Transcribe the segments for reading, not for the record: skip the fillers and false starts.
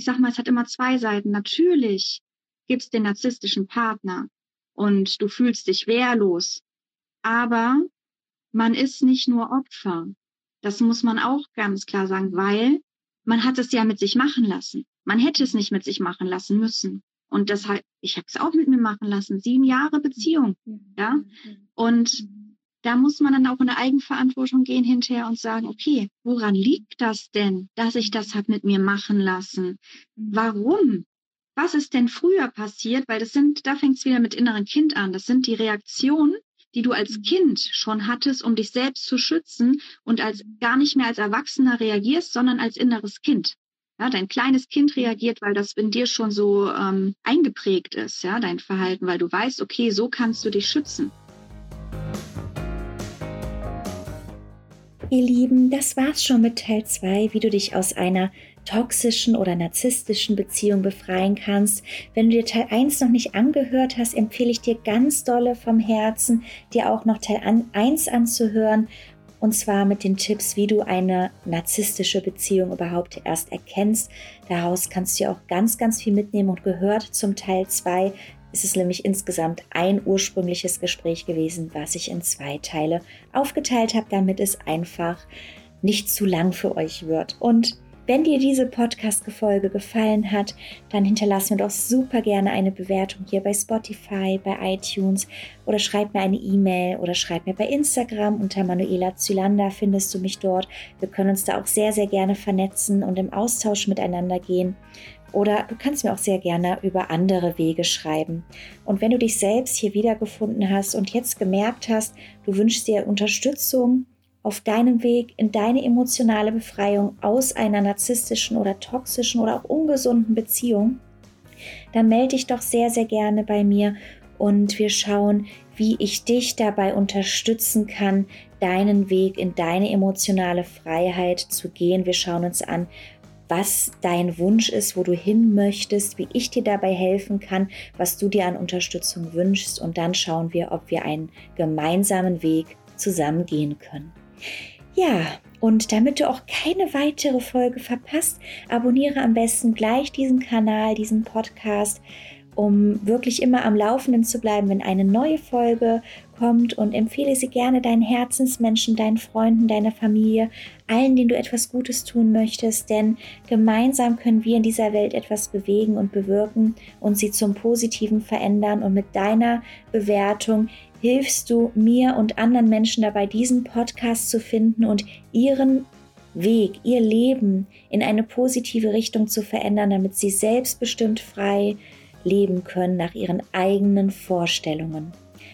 ich sag mal, es hat immer zwei Seiten. Natürlich gibt's den narzisstischen Partner und du fühlst dich wehrlos, aber man ist nicht nur Opfer. Das muss man auch ganz klar sagen, weil man hat es ja mit sich machen lassen. Man hätte es nicht mit sich machen lassen müssen. Und deshalb, ich habe es auch mit mir machen lassen. 7 Jahre Beziehung, ja. Und da muss man dann auch in eine Eigenverantwortung gehen hinterher und sagen, okay, woran liegt das denn, dass ich das habe mit mir machen lassen? Warum? Was ist denn früher passiert? Weil da fängt es wieder mit inneren Kind an. Das sind die Reaktionen, die du als Kind schon hattest, um dich selbst zu schützen und gar nicht mehr als Erwachsener reagierst, sondern als inneres Kind. Ja, dein kleines Kind reagiert, weil das in dir schon so eingeprägt ist, ja, dein Verhalten, weil du weißt, okay, so kannst du dich schützen. Ihr Lieben, das war's schon mit Teil 2, wie du dich aus einer toxischen oder narzisstischen Beziehung befreien kannst. Wenn du dir Teil 1 noch nicht angehört hast, empfehle ich dir ganz dolle vom Herzen, dir auch noch Teil 1 anzuhören. Und zwar mit den Tipps, wie du eine narzisstische Beziehung überhaupt erst erkennst. Daraus kannst du ja auch ganz, ganz viel mitnehmen und gehört zum Teil 2. Es ist nämlich insgesamt ein ursprüngliches Gespräch gewesen, was ich in 2 Teile aufgeteilt habe, damit es einfach nicht zu lang für euch wird. Und wenn dir diese Podcast-Folge gefallen hat, dann hinterlass mir doch super gerne eine Bewertung hier bei Spotify, bei iTunes oder schreib mir eine E-Mail oder schreib mir bei Instagram unter Manuela Zylander, findest du mich dort. Wir können uns da auch sehr, sehr gerne vernetzen und im Austausch miteinander gehen. Oder du kannst mir auch sehr gerne über andere Wege schreiben. Und wenn du dich selbst hier wiedergefunden hast und jetzt gemerkt hast, du wünschst dir Unterstützung auf deinem Weg in deine emotionale Befreiung aus einer narzisstischen oder toxischen oder auch ungesunden Beziehung, dann melde dich doch sehr, sehr gerne bei mir und wir schauen, wie ich dich dabei unterstützen kann, deinen Weg in deine emotionale Freiheit zu gehen. Wir schauen uns an, was dein Wunsch ist, wo du hin möchtest, wie ich dir dabei helfen kann, was du dir an Unterstützung wünschst und dann schauen wir, ob wir einen gemeinsamen Weg zusammen gehen können. Ja, und damit du auch keine weitere Folge verpasst, abonniere am besten gleich diesen Kanal, diesen Podcast, um wirklich immer am Laufenden zu bleiben, wenn eine neue Folge kommt, und empfehle sie gerne deinen Herzensmenschen, deinen Freunden, deiner Familie, allen, denen du etwas Gutes tun möchtest, denn gemeinsam können wir in dieser Welt etwas bewegen und bewirken und sie zum Positiven verändern, und mit deiner Bewertung hilfst du mir und anderen Menschen dabei, diesen Podcast zu finden und ihren Weg, ihr Leben in eine positive Richtung zu verändern, damit sie selbstbestimmt frei leben können nach ihren eigenen Vorstellungen.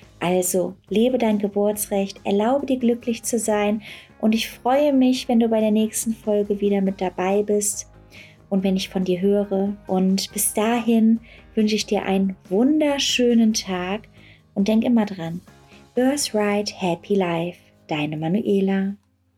Also, lebe dein Geburtsrecht, erlaube dir glücklich zu sein, und ich freue mich, wenn du bei der nächsten Folge wieder mit dabei bist und wenn ich von dir höre. Und bis dahin wünsche ich dir einen wunderschönen Tag und denk immer dran: Birthright Happy Life, deine Manuela.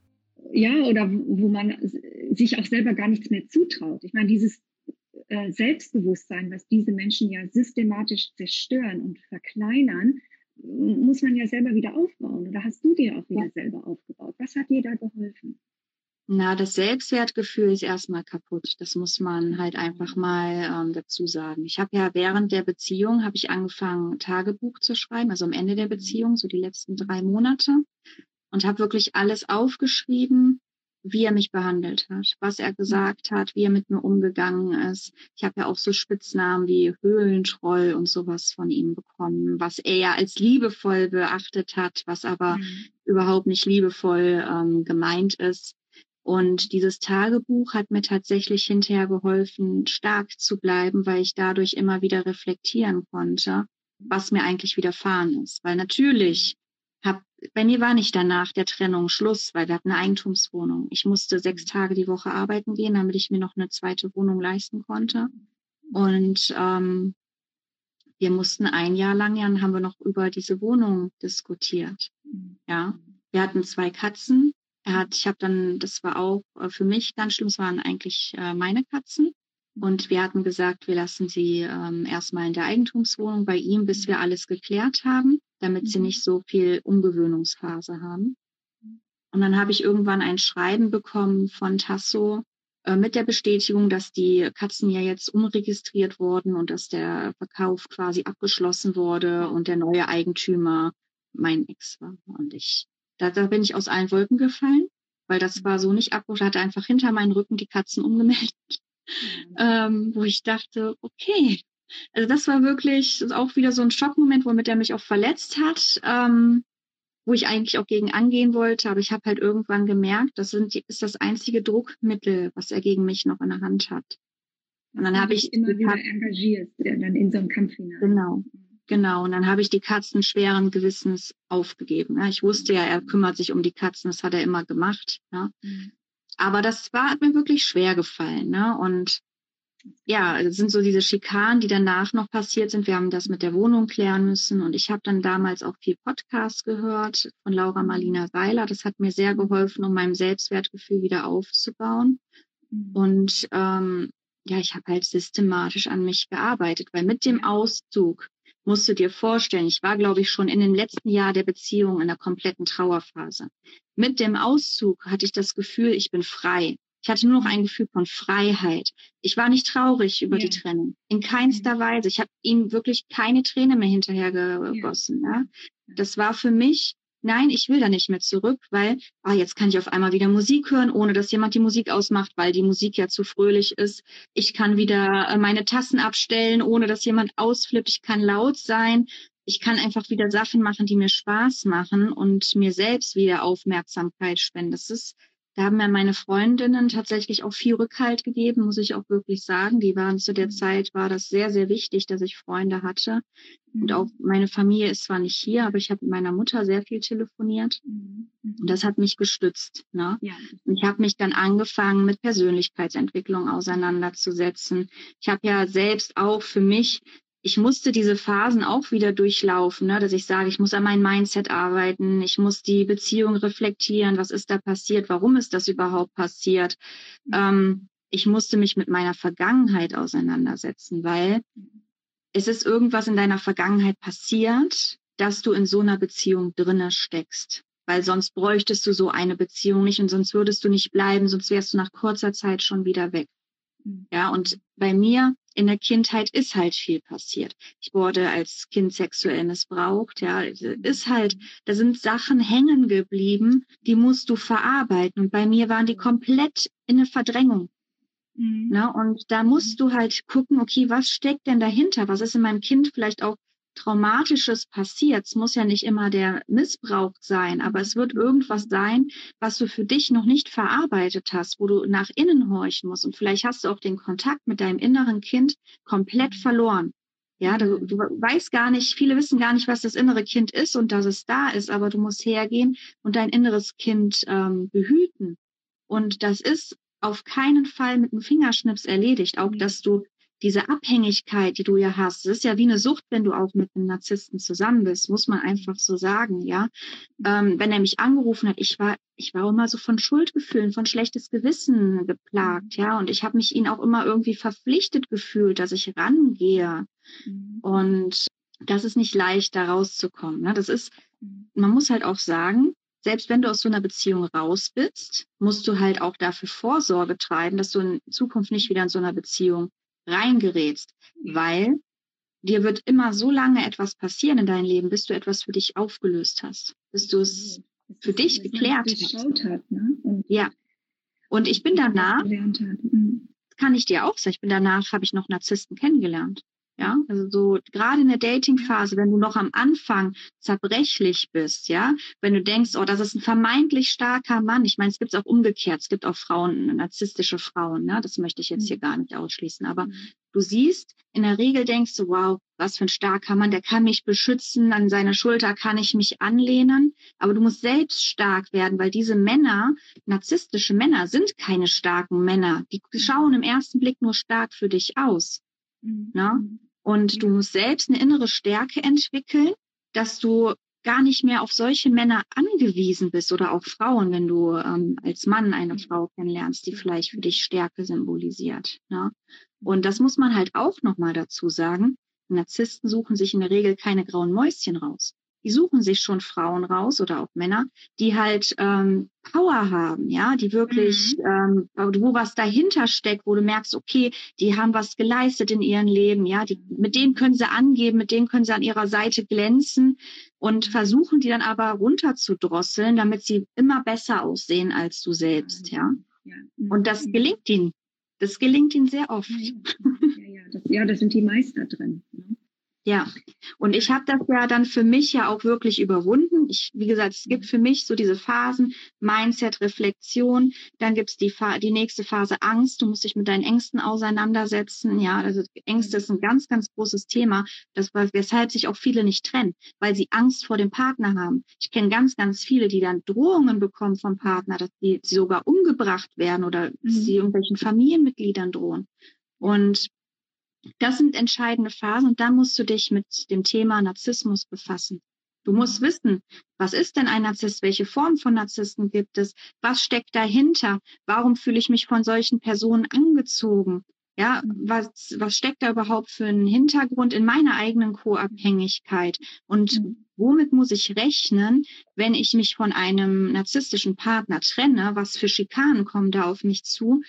Ja, oder wo man sich auch selber gar nichts mehr zutraut. Ich meine, dieses Selbstbewusstsein, was diese Menschen ja systematisch zerstören und verkleinern, muss man ja selber wieder aufbauen. Oder hast du dir auch wieder selber aufgebaut? Was hat dir da geholfen? Na, das Selbstwertgefühl ist erstmal kaputt. Das muss man halt einfach mal dazu sagen. Ich habe ja während der Beziehung, habe ich angefangen, Tagebuch zu schreiben, also am Ende der Beziehung, so die letzten 3 Monate. Und habe wirklich alles aufgeschrieben, wie er mich behandelt hat, was er gesagt hat, wie er mit mir umgegangen ist. Ich habe ja auch so Spitznamen wie Höhlentroll und sowas von ihm bekommen, was er ja als liebevoll beachtet hat, was aber überhaupt nicht liebevoll gemeint ist. Und dieses Tagebuch hat mir tatsächlich hinterher geholfen, stark zu bleiben, weil ich dadurch immer wieder reflektieren konnte, was mir eigentlich widerfahren ist. Weil natürlich bei mir war nicht danach der Trennung Schluss, weil wir hatten eine Eigentumswohnung. Ich musste 6 Tage die Woche arbeiten gehen, damit ich mir noch eine zweite Wohnung leisten konnte. Und wir mussten 1 Jahr lang, dann haben wir noch über diese Wohnung diskutiert. Ja, wir hatten 2 Katzen. Das war auch für mich ganz schlimm, es waren eigentlich meine Katzen. Und wir hatten gesagt, wir lassen sie erstmal in der Eigentumswohnung bei ihm, bis wir alles geklärt haben, damit sie nicht so viel Umgewöhnungsphase haben. Und dann habe ich irgendwann ein Schreiben bekommen von Tasso, mit der Bestätigung, dass die Katzen ja jetzt umregistriert wurden und dass der Verkauf quasi abgeschlossen wurde und der neue Eigentümer mein Ex war. Und da bin ich aus allen Wolken gefallen, weil das war so nicht abgeschlossen, hatte einfach hinter meinen Rücken die Katzen umgemeldet, wo ich dachte, okay. Also das war wirklich auch wieder so ein Schockmoment, womit er mich auch verletzt hat, wo ich eigentlich auch gegen angehen wollte, aber ich habe halt irgendwann gemerkt, ist das einzige Druckmittel, was er gegen mich noch in der Hand hat. Und dann habe ich immer wieder engagierst, dann in so einen Kampf hinein. Genau. Und dann habe ich die Katzen schweren Gewissens aufgegeben. Ja. Ich wusste ja, er kümmert sich um die Katzen, das hat er immer gemacht. Ja. Aber hat mir wirklich schwer gefallen. Ne? Und ja, es sind so diese Schikanen, die danach noch passiert sind. Wir haben das mit der Wohnung klären müssen. Und ich habe dann damals auch viel Podcast gehört von Laura Marlina Seiler. Das hat mir sehr geholfen, um mein Selbstwertgefühl wieder aufzubauen. Und ich habe halt systematisch an mich gearbeitet, weil mit dem Auszug musst du dir vorstellen, ich war, glaube ich, schon in dem letzten Jahr der Beziehung in der kompletten Trauerphase. Mit dem Auszug hatte ich das Gefühl, ich bin frei. Ich hatte nur noch ein Gefühl von Freiheit. Ich war nicht traurig über die Trennung. In keinster Weise. Ich habe ihm wirklich keine Träne mehr hinterher gegossen. Ja. Das war für mich, nein, ich will da nicht mehr zurück, weil jetzt kann ich auf einmal wieder Musik hören, ohne dass jemand die Musik ausmacht, weil die Musik ja zu fröhlich ist. Ich kann wieder meine Tassen abstellen, ohne dass jemand ausflippt. Ich kann laut sein. Ich kann einfach wieder Sachen machen, die mir Spaß machen und mir selbst wieder Aufmerksamkeit spenden. Da haben mir meine Freundinnen tatsächlich auch viel Rückhalt gegeben, muss ich auch wirklich sagen. Zu der Zeit war das sehr, sehr wichtig, dass ich Freunde hatte. Und auch meine Familie ist zwar nicht hier, aber ich habe mit meiner Mutter sehr viel telefoniert. Und das hat mich gestützt. Ne? Ja. Und ich habe mich dann angefangen, mit Persönlichkeitsentwicklung auseinanderzusetzen. Ich habe ja selbst auch für mich, ich musste diese Phasen auch wieder durchlaufen, ne? Dass ich sage, ich muss an meinem Mindset arbeiten, ich muss die Beziehung reflektieren, was ist da passiert, warum ist das überhaupt passiert. Ich musste mich mit meiner Vergangenheit auseinandersetzen, weil es ist irgendwas in deiner Vergangenheit passiert, dass du in so einer Beziehung drinne steckst. Weil sonst bräuchtest du so eine Beziehung nicht und sonst würdest du nicht bleiben, sonst wärst du nach kurzer Zeit schon wieder weg. Ja, und bei mir in der Kindheit ist halt viel passiert. Ich wurde als Kind sexuell missbraucht, ja, da sind Sachen hängen geblieben, die musst du verarbeiten. Und bei mir waren die komplett in eine Verdrängung. Ne? Und da musst du halt gucken, okay, was steckt denn dahinter? Was ist in meinem Kind vielleicht auch Traumatisches passiert? Es muss ja nicht immer der Missbrauch sein, aber es wird irgendwas sein, was du für dich noch nicht verarbeitet hast, wo du nach innen horchen musst. Und vielleicht hast du auch den Kontakt mit deinem inneren Kind komplett verloren. Ja, du weißt gar nicht, viele wissen gar nicht, was das innere Kind ist und dass es da ist, aber du musst hergehen und dein inneres Kind behüten. Und das ist auf keinen Fall mit einem Fingerschnips erledigt. Auch, dass du diese Abhängigkeit, die du ja hast, das ist ja wie eine Sucht, wenn du auch mit einem Narzissten zusammen bist, muss man einfach so sagen, ja. Wenn er mich angerufen hat, ich war immer so von Schuldgefühlen, von schlechtes Gewissen geplagt, ja. Und ich habe mich ihn auch immer irgendwie verpflichtet gefühlt, dass ich rangehe. Und das ist nicht leicht, da rauszukommen. Ne? Man muss halt auch sagen, selbst wenn du aus so einer Beziehung raus bist, musst du halt auch dafür Vorsorge treiben, dass du in Zukunft nicht wieder in so einer Beziehung reingerätst, weil dir wird immer so lange etwas passieren in deinem Leben, bis du etwas für dich aufgelöst hast, bis du es für dich geklärt hast. Und ich bin danach, kann ich dir auch sagen, habe ich noch Narzissten kennengelernt. Ja, also so gerade in der Dating-Phase, wenn du noch am Anfang zerbrechlich bist, ja, wenn du denkst, oh, das ist ein vermeintlich starker Mann. Ich meine, es gibt es auch umgekehrt, es gibt auch Frauen, narzisstische Frauen, ne? Das möchte ich jetzt hier gar nicht ausschließen. Aber du siehst, in der Regel denkst du, wow, was für ein starker Mann, der kann mich beschützen, an seine Schulter kann ich mich anlehnen. Aber du musst selbst stark werden, weil diese Männer, narzisstische Männer, sind keine starken Männer. Die schauen im ersten Blick nur stark für dich aus. Ne? Und du musst selbst eine innere Stärke entwickeln, dass du gar nicht mehr auf solche Männer angewiesen bist oder auch Frauen, wenn du als Mann eine Frau kennenlernst, die vielleicht für dich Stärke symbolisiert. Ne? Und das muss man halt auch nochmal dazu sagen. Narzissten suchen sich in der Regel keine grauen Mäuschen raus. die suchen sich schon Frauen raus oder auch Männer, die halt Power haben, ja, die wirklich, wo was dahinter steckt, wo du merkst, okay, die haben was geleistet in ihrem Leben, ja, mit denen können sie angeben, mit denen können sie an ihrer Seite glänzen und versuchen die dann aber runterzudrosseln, damit sie immer besser aussehen als du selbst, ja. Und das gelingt ihnen. Das gelingt ihnen sehr oft. Da sind die Meister drin. Ne? Ja, und ich habe das ja dann für mich ja auch wirklich überwunden. Wie gesagt, es gibt für mich so diese Phasen, Mindset, Reflexion, dann gibt's die nächste Phase Angst. Du musst dich mit deinen Ängsten auseinandersetzen. Ja, also Ängste ist ein ganz, ganz großes Thema, weshalb sich auch viele nicht trennen, weil sie Angst vor dem Partner haben. Ich kenne ganz, ganz viele, die dann Drohungen bekommen vom Partner, dass sie sogar umgebracht werden oder dass sie irgendwelchen Familienmitgliedern drohen. Und das sind entscheidende Phasen und dann musst du dich mit dem Thema Narzissmus befassen. Du musst wissen, was ist denn ein Narzisst? Welche Form von Narzissten gibt es? Was steckt dahinter? Warum fühle ich mich von solchen Personen angezogen? Ja, was steckt da überhaupt für einen Hintergrund in meiner eigenen Co-Abhängigkeit? Und womit muss ich rechnen, wenn ich mich von einem narzisstischen Partner trenne? Was für Schikanen kommen da auf mich zu?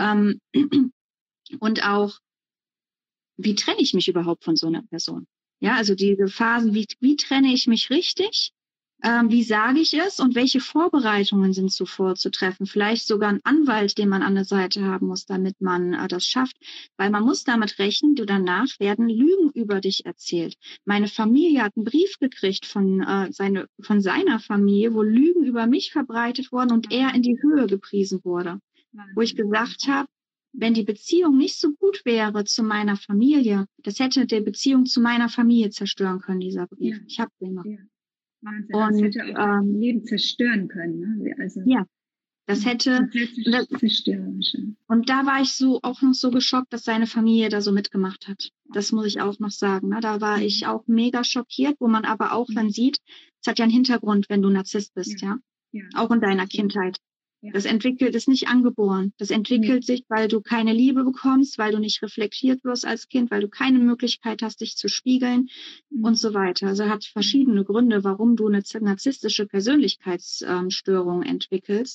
Und auch, wie trenne ich mich überhaupt von so einer Person? Ja, also diese Phasen, wie trenne ich mich richtig? Wie sage ich es? Und welche Vorbereitungen sind zuvor zu treffen? Vielleicht sogar ein Anwalt, den man an der Seite haben muss, damit man das schafft. Weil man muss damit rechnen, danach werden Lügen über dich erzählt. Meine Familie hat einen Brief gekriegt von seiner Familie, wo Lügen über mich verbreitet wurden und er in die Höhe gepriesen wurde. Wo ich gesagt habe, wenn die Beziehung nicht so gut wäre zu meiner Familie, das hätte die Beziehung zu meiner Familie zerstören können, dieser Brief. Ja. Ich habe den noch. Ja. Wahnsinn, und, das hätte auch das Leben zerstören können. Ne? Also, ja, das hätte zerstörerisch. Und da war ich auch noch so geschockt, dass seine Familie da so mitgemacht hat. Das muss ich auch noch sagen. Ne? Da war ich auch mega schockiert, wo man aber auch dann sieht, es hat ja einen Hintergrund, wenn du Narzisst bist, ja. Auch in deiner Kindheit. Ja. Das ist nicht angeboren. Das entwickelt sich, weil du keine Liebe bekommst, weil du nicht reflektiert wirst als Kind, weil du keine Möglichkeit hast, dich zu spiegeln und so weiter. Also hat verschiedene Gründe, warum du eine narzisstische Persönlichkeitsstörung entwickelst.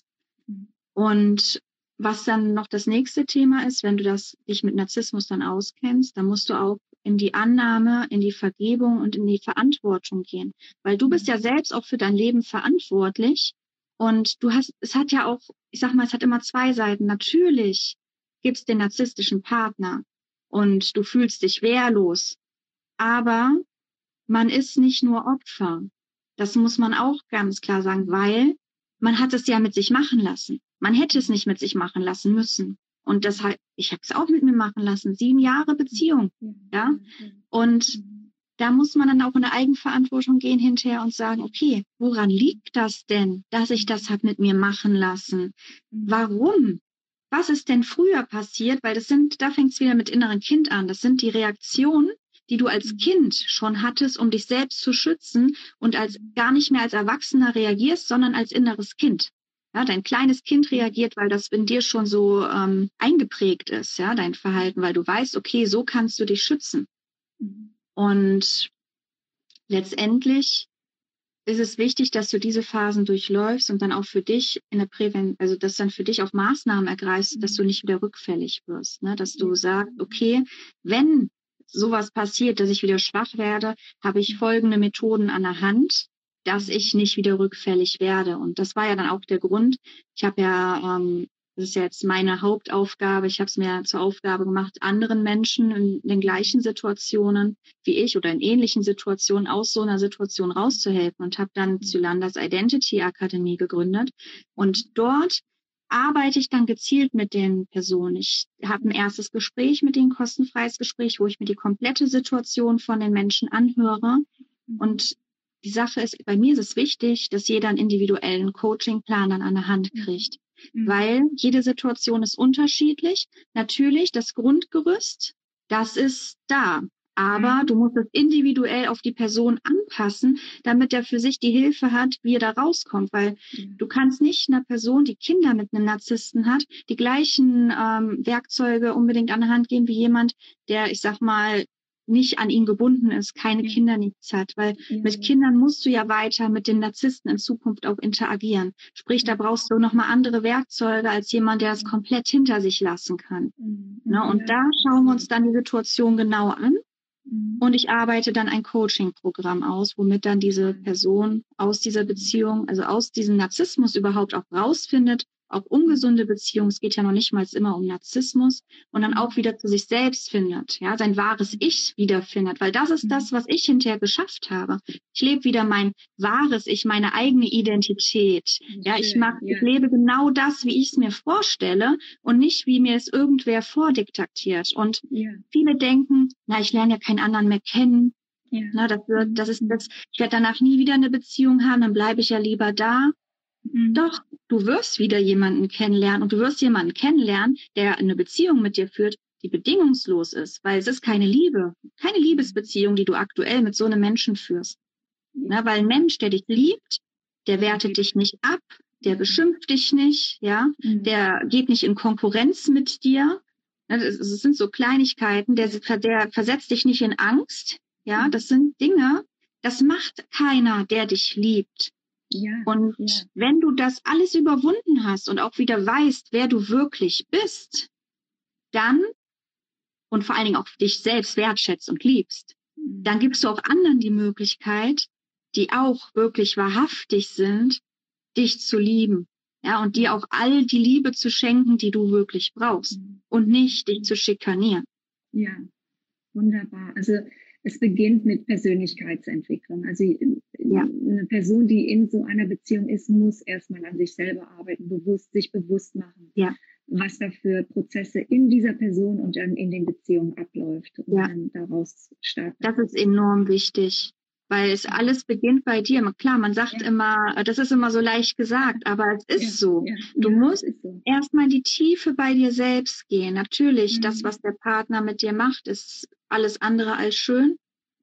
Und was dann noch das nächste Thema ist, wenn du dich mit Narzissmus dann auskennst, dann musst du auch in die Annahme, in die Vergebung und in die Verantwortung gehen. Weil du bist ja selbst auch für dein Leben verantwortlich. Und es hat ja auch, ich sag mal, es hat immer zwei Seiten. Natürlich gibt's den narzisstischen Partner und du fühlst dich wehrlos. Aber man ist nicht nur Opfer. Das muss man auch ganz klar sagen, weil man hat es ja mit sich machen lassen. Man hätte es nicht mit sich machen lassen müssen. Und deshalb, ich habe es auch mit mir machen lassen. 7 Jahre Beziehung, ja. Und da muss man dann auch in eine Eigenverantwortung gehen hinterher und sagen, okay, woran liegt das denn, dass ich das habe mit mir machen lassen? Warum? Was ist denn früher passiert? Weil da fängt es wieder mit inneren Kind an. Das sind die Reaktionen, die du als Kind schon hattest, um dich selbst zu schützen und gar nicht mehr als Erwachsener reagierst, sondern als inneres Kind. Ja, dein kleines Kind reagiert, weil das in dir schon so eingeprägt ist, ja, dein Verhalten, weil du weißt, okay, so kannst du dich schützen. Und letztendlich ist es wichtig, dass du diese Phasen durchläufst und dann auch für dich also dass dann für dich auch Maßnahmen ergreifst, dass du nicht wieder rückfällig wirst, ne? Dass du sagst, okay, wenn sowas passiert, dass ich wieder schwach werde, habe ich folgende Methoden an der Hand, dass ich nicht wieder rückfällig werde. Und das war ja dann auch der Grund. Ich habe ja das ist ja jetzt meine Hauptaufgabe. Ich habe es mir zur Aufgabe gemacht, anderen Menschen in den gleichen Situationen wie ich oder in ähnlichen Situationen aus so einer Situation rauszuhelfen und habe dann Zylanders Identity Akademie gegründet. Und dort arbeite ich dann gezielt mit den Personen. Ich habe ein erstes Gespräch mit denen, kostenfreies Gespräch, wo ich mir die komplette Situation von den Menschen anhöre. Und die Sache ist, bei mir ist es wichtig, dass jeder einen individuellen Coachingplan dann an der Hand kriegt. Weil jede Situation ist unterschiedlich. Natürlich, das Grundgerüst, das ist da. Aber du musst es individuell auf die Person anpassen, damit er für sich die Hilfe hat, wie er da rauskommt. Weil du kannst nicht einer Person, die Kinder mit einem Narzissten hat, die gleichen Werkzeuge unbedingt an der Hand geben wie jemand, der, ich sag mal, nicht an ihn gebunden ist, keine Ja. Kinder, nichts hat. Weil mit Kindern musst du ja weiter mit den Narzissten in Zukunft auch interagieren. Sprich, da brauchst du nochmal andere Werkzeuge als jemand, der es komplett hinter sich lassen kann. Ne? Und da schauen wir uns dann die Situation genau an. Und ich arbeite dann ein Coaching-Programm aus, womit dann diese Person aus dieser Beziehung, also aus diesem Narzissmus überhaupt auch rausfindet, auch ungesunde Beziehungen, es geht ja noch nicht mal immer um Narzissmus, und dann auch wieder zu sich selbst findet, ja, sein wahres Ich wiederfindet, weil das ist das, was ich hinterher geschafft habe. Ich lebe wieder mein wahres Ich, meine eigene Identität. Ja, ich lebe genau das, wie ich es mir vorstelle und nicht, wie mir es irgendwer vordiktiert. Und viele denken, na, ich lerne ja keinen anderen mehr kennen. Na, ich werde danach nie wieder eine Beziehung haben, dann bleibe ich ja lieber da. Doch, du wirst wieder jemanden kennenlernen und du wirst jemanden kennenlernen, der eine Beziehung mit dir führt, die bedingungslos ist, weil es ist keine Liebe, keine Liebesbeziehung, die du aktuell mit so einem Menschen führst. Na, weil ein Mensch, der dich liebt, der wertet dich nicht ab, der beschimpft dich nicht, ja, der geht nicht in Konkurrenz mit dir. Das sind so Kleinigkeiten, der versetzt dich nicht in Angst, ja, das sind Dinge, das macht keiner, der dich liebt. Und wenn du das alles überwunden hast und auch wieder weißt, wer du wirklich bist, dann, und vor allen Dingen auch dich selbst wertschätzt und liebst, dann gibst du auch anderen die Möglichkeit, die auch wirklich wahrhaftig sind, dich zu lieben. Ja, und dir auch all die Liebe zu schenken, die du wirklich brauchst und nicht dich zu schikanieren. Ja, wunderbar. Also es beginnt mit Persönlichkeitsentwicklung. Also eine Person, die in so einer Beziehung ist, muss erstmal an sich selber arbeiten, sich bewusst machen, was da für Prozesse in dieser Person und dann in den Beziehungen abläuft und dann daraus starten. Das ist enorm wichtig, weil es alles beginnt bei dir. Klar, man sagt immer, das ist immer so leicht gesagt, aber es ist so. Du musst erstmal in die Tiefe bei dir selbst gehen. Natürlich, das, was der Partner mit dir macht, ist alles andere als schön,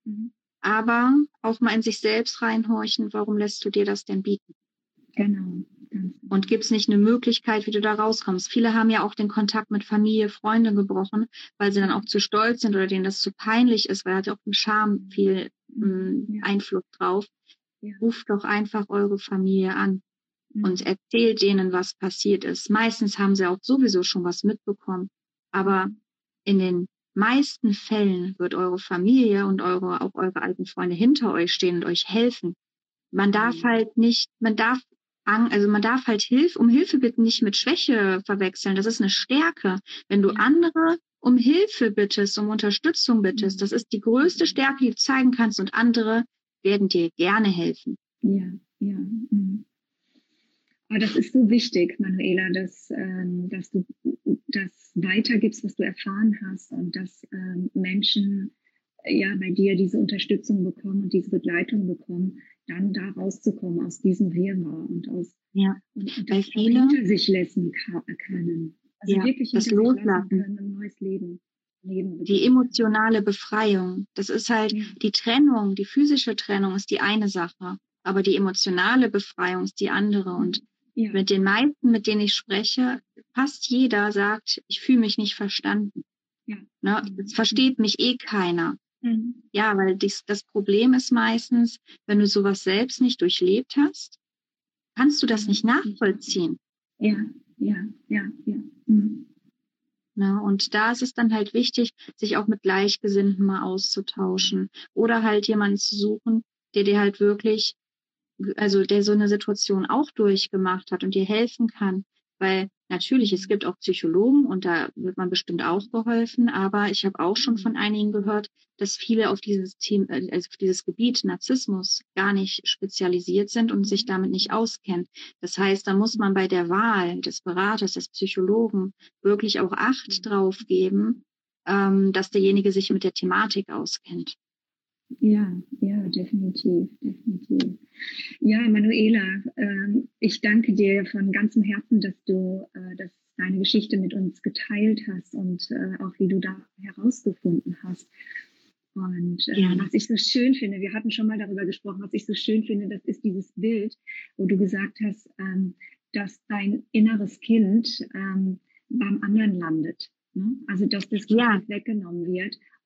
aber auch mal in sich selbst reinhorchen, warum lässt du dir das denn bieten? Genau. Und gibt es nicht eine Möglichkeit, wie du da rauskommst? Viele haben ja auch den Kontakt mit Familie, Freunde gebrochen, weil sie dann auch zu stolz sind oder denen das zu peinlich ist, weil hat ja auch ein Scham viel Einfluss drauf. Ruft doch einfach eure Familie an und erzählt denen, was passiert ist. Meistens haben sie auch sowieso schon was mitbekommen, aber in den meisten Fällen wird eure Familie und auch eure alten Freunde hinter euch stehen und euch helfen. Man darf halt um Hilfe bitten nicht mit Schwäche verwechseln. Das ist eine Stärke. Wenn du andere um Hilfe bittest, um Unterstützung bittest, das ist die größte Stärke, die du zeigen kannst, und andere werden dir gerne helfen. Ja. Aber das ist so wichtig, Manuela, dass du das weitergibst, was du erfahren hast, und dass Menschen bei dir diese Unterstützung bekommen und diese Begleitung bekommen, dann da rauszukommen aus diesem Wirrwarr und und das hinter sich lassen können. Also wirklich das Loslassen können, ein neues Leben die emotionale Befreiung. Das ist halt die Trennung, die physische Trennung ist die eine Sache, aber die emotionale Befreiung ist die andere. Und mit den meisten, mit denen ich spreche, fast jeder sagt, ich fühle mich nicht verstanden. Es versteht mich keiner. Ja, weil das Problem ist meistens, wenn du sowas selbst nicht durchlebt hast, kannst du das nicht nachvollziehen. Ja. Und da ist es dann halt wichtig, sich auch mit Gleichgesinnten mal auszutauschen oder halt jemanden zu suchen, der dir halt wirklich, also der so eine Situation auch durchgemacht hat und dir helfen kann. Weil natürlich, es gibt auch Psychologen und da wird man bestimmt auch geholfen, aber ich habe auch schon von einigen gehört, dass viele auf dieses Thema, also auf dieses Gebiet Narzissmus gar nicht spezialisiert sind und sich damit nicht auskennen. Das heißt, da muss man bei der Wahl des Beraters, des Psychologen wirklich auch Acht drauf geben, dass derjenige sich mit der Thematik auskennt. Ja, definitiv. Ja, Manuela, ich danke dir von ganzem Herzen, dass du deine Geschichte mit uns geteilt hast und auch wie du da herausgefunden hast. Und was ich so schön finde, wir hatten schon mal darüber gesprochen, was ich so schön finde, das ist dieses Bild, wo du gesagt hast, dass dein inneres Kind beim anderen landet. Ne? Also dass das Kind weggenommen wird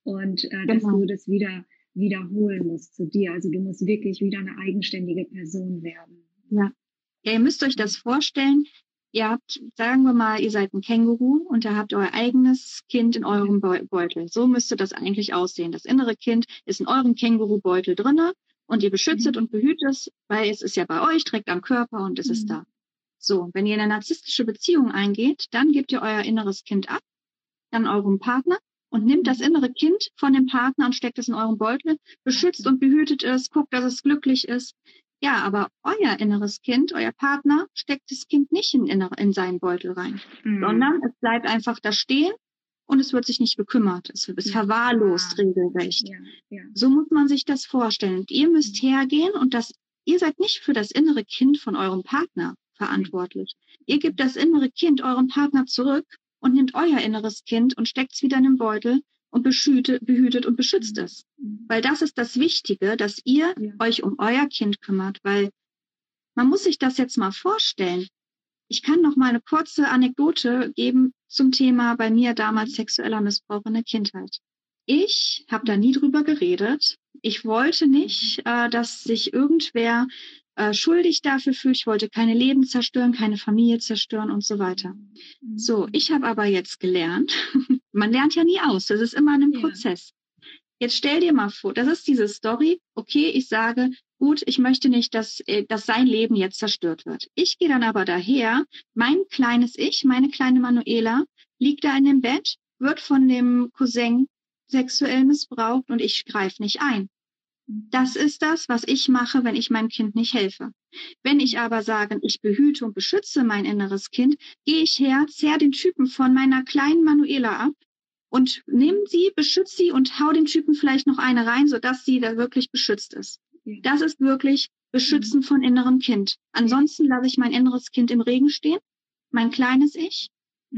und dass Genau. du das wiederholen musst zu dir. Also du musst wirklich wieder eine eigenständige Person werden. Ja. Ja, ihr müsst euch das vorstellen. Ihr habt, sagen wir mal, ihr seid ein Känguru und ihr habt euer eigenes Kind in eurem Beutel. So müsste das eigentlich aussehen. Das innere Kind ist in eurem Kängurubeutel drinne und ihr beschützt und behütet es, weil es ist ja bei euch, trägt am Körper und es ist da. So, wenn ihr in eine narzisstische Beziehung eingeht, dann gebt ihr euer inneres Kind ab an eurem Partner und nimmt das innere Kind von dem Partner und steckt es in euren Beutel, beschützt und behütet es, guckt, dass es glücklich ist. Ja, aber euer inneres Kind, euer Partner, steckt das Kind nicht in seinen Beutel rein, sondern es bleibt einfach da stehen und es wird sich nicht bekümmert. Es ist verwahrlost regelrecht. Ja. So muss man sich das vorstellen. Und ihr müsst hergehen und ihr seid nicht für das innere Kind von eurem Partner verantwortlich. Ihr gebt das innere Kind eurem Partner zurück und nehmt euer inneres Kind und steckt es wieder in den Beutel und behütet und beschützt es. Weil das ist das Wichtige, dass ihr euch um euer Kind kümmert, weil man muss sich das jetzt mal vorstellen. Ich kann noch mal eine kurze Anekdote geben zum Thema bei mir damals sexueller Missbrauch in der Kindheit. Ich habe da nie drüber geredet. Ich wollte nicht, dass sich irgendwer schuldig dafür fühlt. Ich wollte keine Leben zerstören, keine Familie zerstören und so weiter. So, ich habe aber jetzt gelernt, man lernt ja nie aus, das ist immer ein Prozess. Jetzt stell dir mal vor, das ist diese Story, okay, ich sage, gut, ich möchte nicht, dass sein Leben jetzt zerstört wird. Ich gehe dann aber daher, mein kleines Ich, meine kleine Manuela, liegt da in dem Bett, wird von dem Cousin sexuell missbraucht und ich greife nicht ein. Das ist das, was ich mache, wenn ich meinem Kind nicht helfe. Wenn ich aber sage, ich behüte und beschütze mein inneres Kind, gehe ich her, zerr den Typen von meiner kleinen Manuela ab und nimm sie, beschütze sie und hau dem Typen vielleicht noch eine rein, sodass sie da wirklich beschützt ist. Das ist wirklich Beschützen von innerem Kind. Ansonsten lasse ich mein inneres Kind im Regen stehen, mein kleines Ich,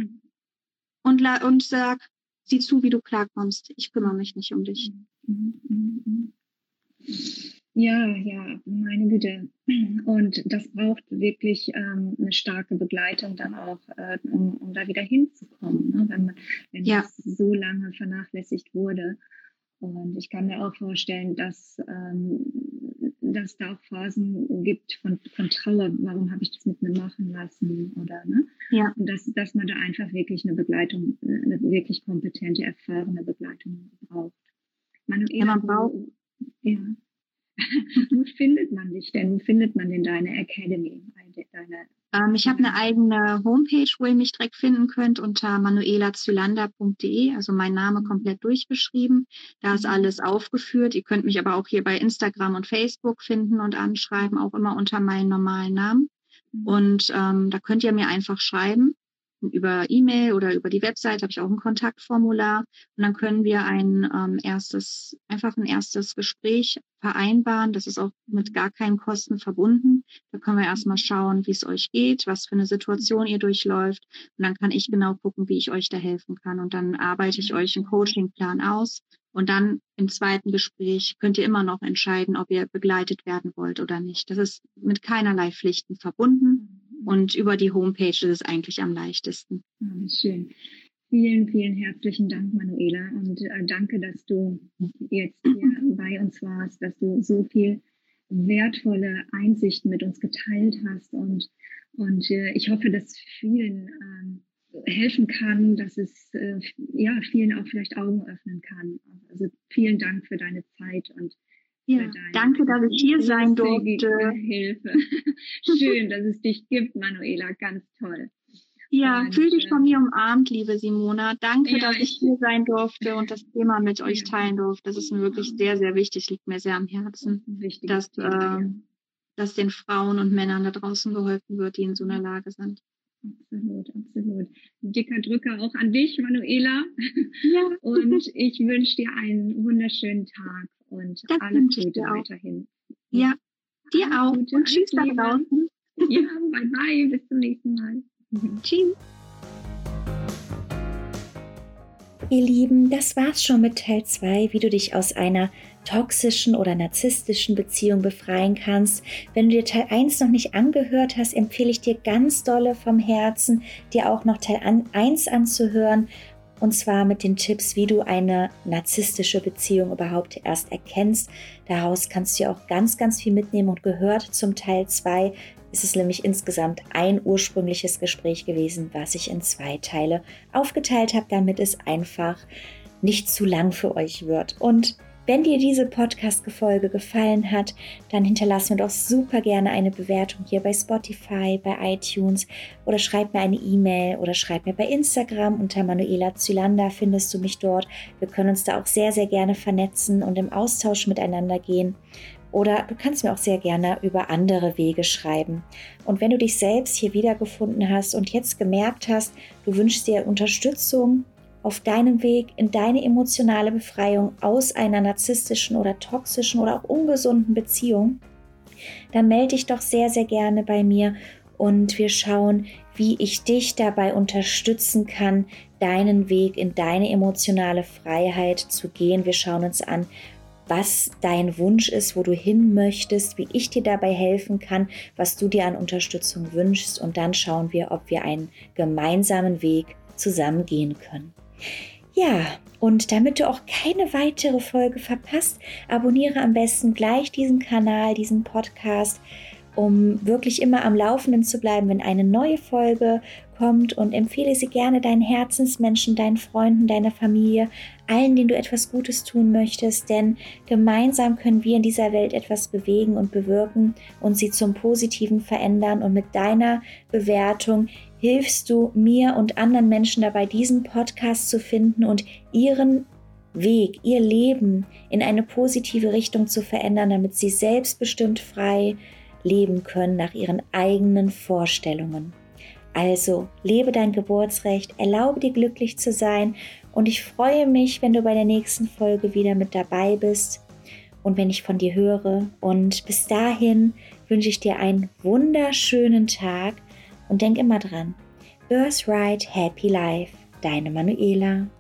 und sag, sieh zu, wie du klarkommst. Ich kümmere mich nicht um dich. Ja, meine Güte. Und das braucht wirklich eine starke Begleitung dann auch, um da wieder hinzukommen, ne? Wenn das so lange vernachlässigt wurde. Und ich kann mir auch vorstellen, dass da auch Phasen gibt von Trauer. Warum habe ich das mit mir machen lassen? Oder, ne? Ja. Und dass man da einfach wirklich eine Begleitung, eine wirklich kompetente, erfahrene Begleitung braucht. Manuela, man braucht. Wo findet man dich denn? Wo findet man denn deine Academy? Ich habe eine eigene Homepage, wo ihr mich direkt finden könnt, unter manuelazylander.de, also mein Name komplett durchbeschrieben. Da ist alles aufgeführt. Ihr könnt mich aber auch hier bei Instagram und Facebook finden und anschreiben, auch immer unter meinem normalen Namen. Und da könnt ihr mir einfach schreiben. Über E-Mail oder über die Website habe ich auch ein Kontaktformular und dann können wir ein erstes Gespräch vereinbaren. Das ist auch mit gar keinen Kosten verbunden. Da können wir erstmal schauen, wie es euch geht, was für eine Situation ihr durchläuft und dann kann ich genau gucken, wie ich euch da helfen kann und dann arbeite ich euch einen Coachingplan aus und dann im zweiten Gespräch könnt ihr immer noch entscheiden, ob ihr begleitet werden wollt oder nicht. Das ist mit keinerlei Pflichten verbunden. Und über die Homepage ist es eigentlich am leichtesten. Schön. Vielen, vielen herzlichen Dank, Manuela. Und danke, dass du jetzt hier bei uns warst, dass du so viel wertvolle Einsichten mit uns geteilt hast. Und ich hoffe, dass vielen helfen kann, dass es vielen auch vielleicht Augen öffnen kann. Also vielen Dank für deine Zeit und danke, dass ich hier sein durfte. Hilfe. Schön, dass es dich gibt, Manuela. Ganz toll. Ja, fühl dich von mir umarmt, liebe Simona. Danke, dass ich hier sein durfte und das Thema mit euch teilen durfte. Das ist mir wirklich sehr, sehr wichtig, liegt mir sehr am Herzen, dass den Frauen und Männern da draußen geholfen wird, die in so einer Lage sind. Absolut, absolut. Dicker Drücker auch an dich, Manuela. Ja. Und ich wünsche dir einen wunderschönen Tag und alles Gute weiterhin. Ja, dir auch. Gute, und tschüss da draußen. Ja, bye bye, bis zum nächsten Mal. Tschüss. Ihr Lieben, das war's schon mit Teil 2, wie du dich aus einer toxischen oder narzisstischen Beziehung befreien kannst. Wenn du dir Teil 1 noch nicht angehört hast, empfehle ich dir ganz dolle vom Herzen, dir auch noch Teil 1 anzuhören. und zwar mit den Tipps, wie du eine narzisstische Beziehung überhaupt erst erkennst. Daraus kannst du ja auch ganz, ganz viel mitnehmen und gehört zum Teil 2 ist es nämlich insgesamt ein ursprüngliches Gespräch gewesen, was ich in 2 Teile aufgeteilt habe, damit es einfach nicht zu lang für euch wird. Und wenn dir diese Podcast-Folge gefallen hat, dann hinterlass mir doch super gerne eine Bewertung hier bei Spotify, bei iTunes oder schreib mir eine E-Mail oder schreib mir bei Instagram unter Manuela Zylander, findest du mich dort. Wir können uns da auch sehr, sehr gerne vernetzen und im Austausch miteinander gehen. Oder du kannst mir auch sehr gerne über andere Wege schreiben. Und wenn du dich selbst hier wiedergefunden hast und jetzt gemerkt hast, du wünschst dir Unterstützung auf deinem Weg in deine emotionale Befreiung aus einer narzisstischen oder toxischen oder auch ungesunden Beziehung, dann melde dich doch sehr, sehr gerne bei mir und wir schauen, wie ich dich dabei unterstützen kann, deinen Weg in deine emotionale Freiheit zu gehen. Wir schauen uns an, was dein Wunsch ist, wo du hin möchtest, wie ich dir dabei helfen kann, was du dir an Unterstützung wünschst und dann schauen wir, ob wir einen gemeinsamen Weg zusammen gehen können. Ja, und damit du auch keine weitere Folge verpasst, abonniere am besten gleich diesen Kanal, diesen Podcast, um wirklich immer am Laufenden zu bleiben, wenn eine neue Folge kommt und empfehle sie gerne deinen Herzensmenschen, deinen Freunden, deiner Familie, allen, denen du etwas Gutes tun möchtest, denn gemeinsam können wir in dieser Welt etwas bewegen und bewirken und sie zum Positiven verändern und mit deiner Bewertung hilfst du mir und anderen Menschen dabei, diesen Podcast zu finden und ihren Weg, ihr Leben in eine positive Richtung zu verändern, damit sie selbstbestimmt frei leben können nach ihren eigenen Vorstellungen. Also, lebe dein Geburtsrecht, erlaube dir glücklich zu sein und ich freue mich, wenn du bei der nächsten Folge wieder mit dabei bist und wenn ich von dir höre. Und bis dahin wünsche ich dir einen wunderschönen Tag und denk immer dran, Birthright Happy Life, deine Manuela.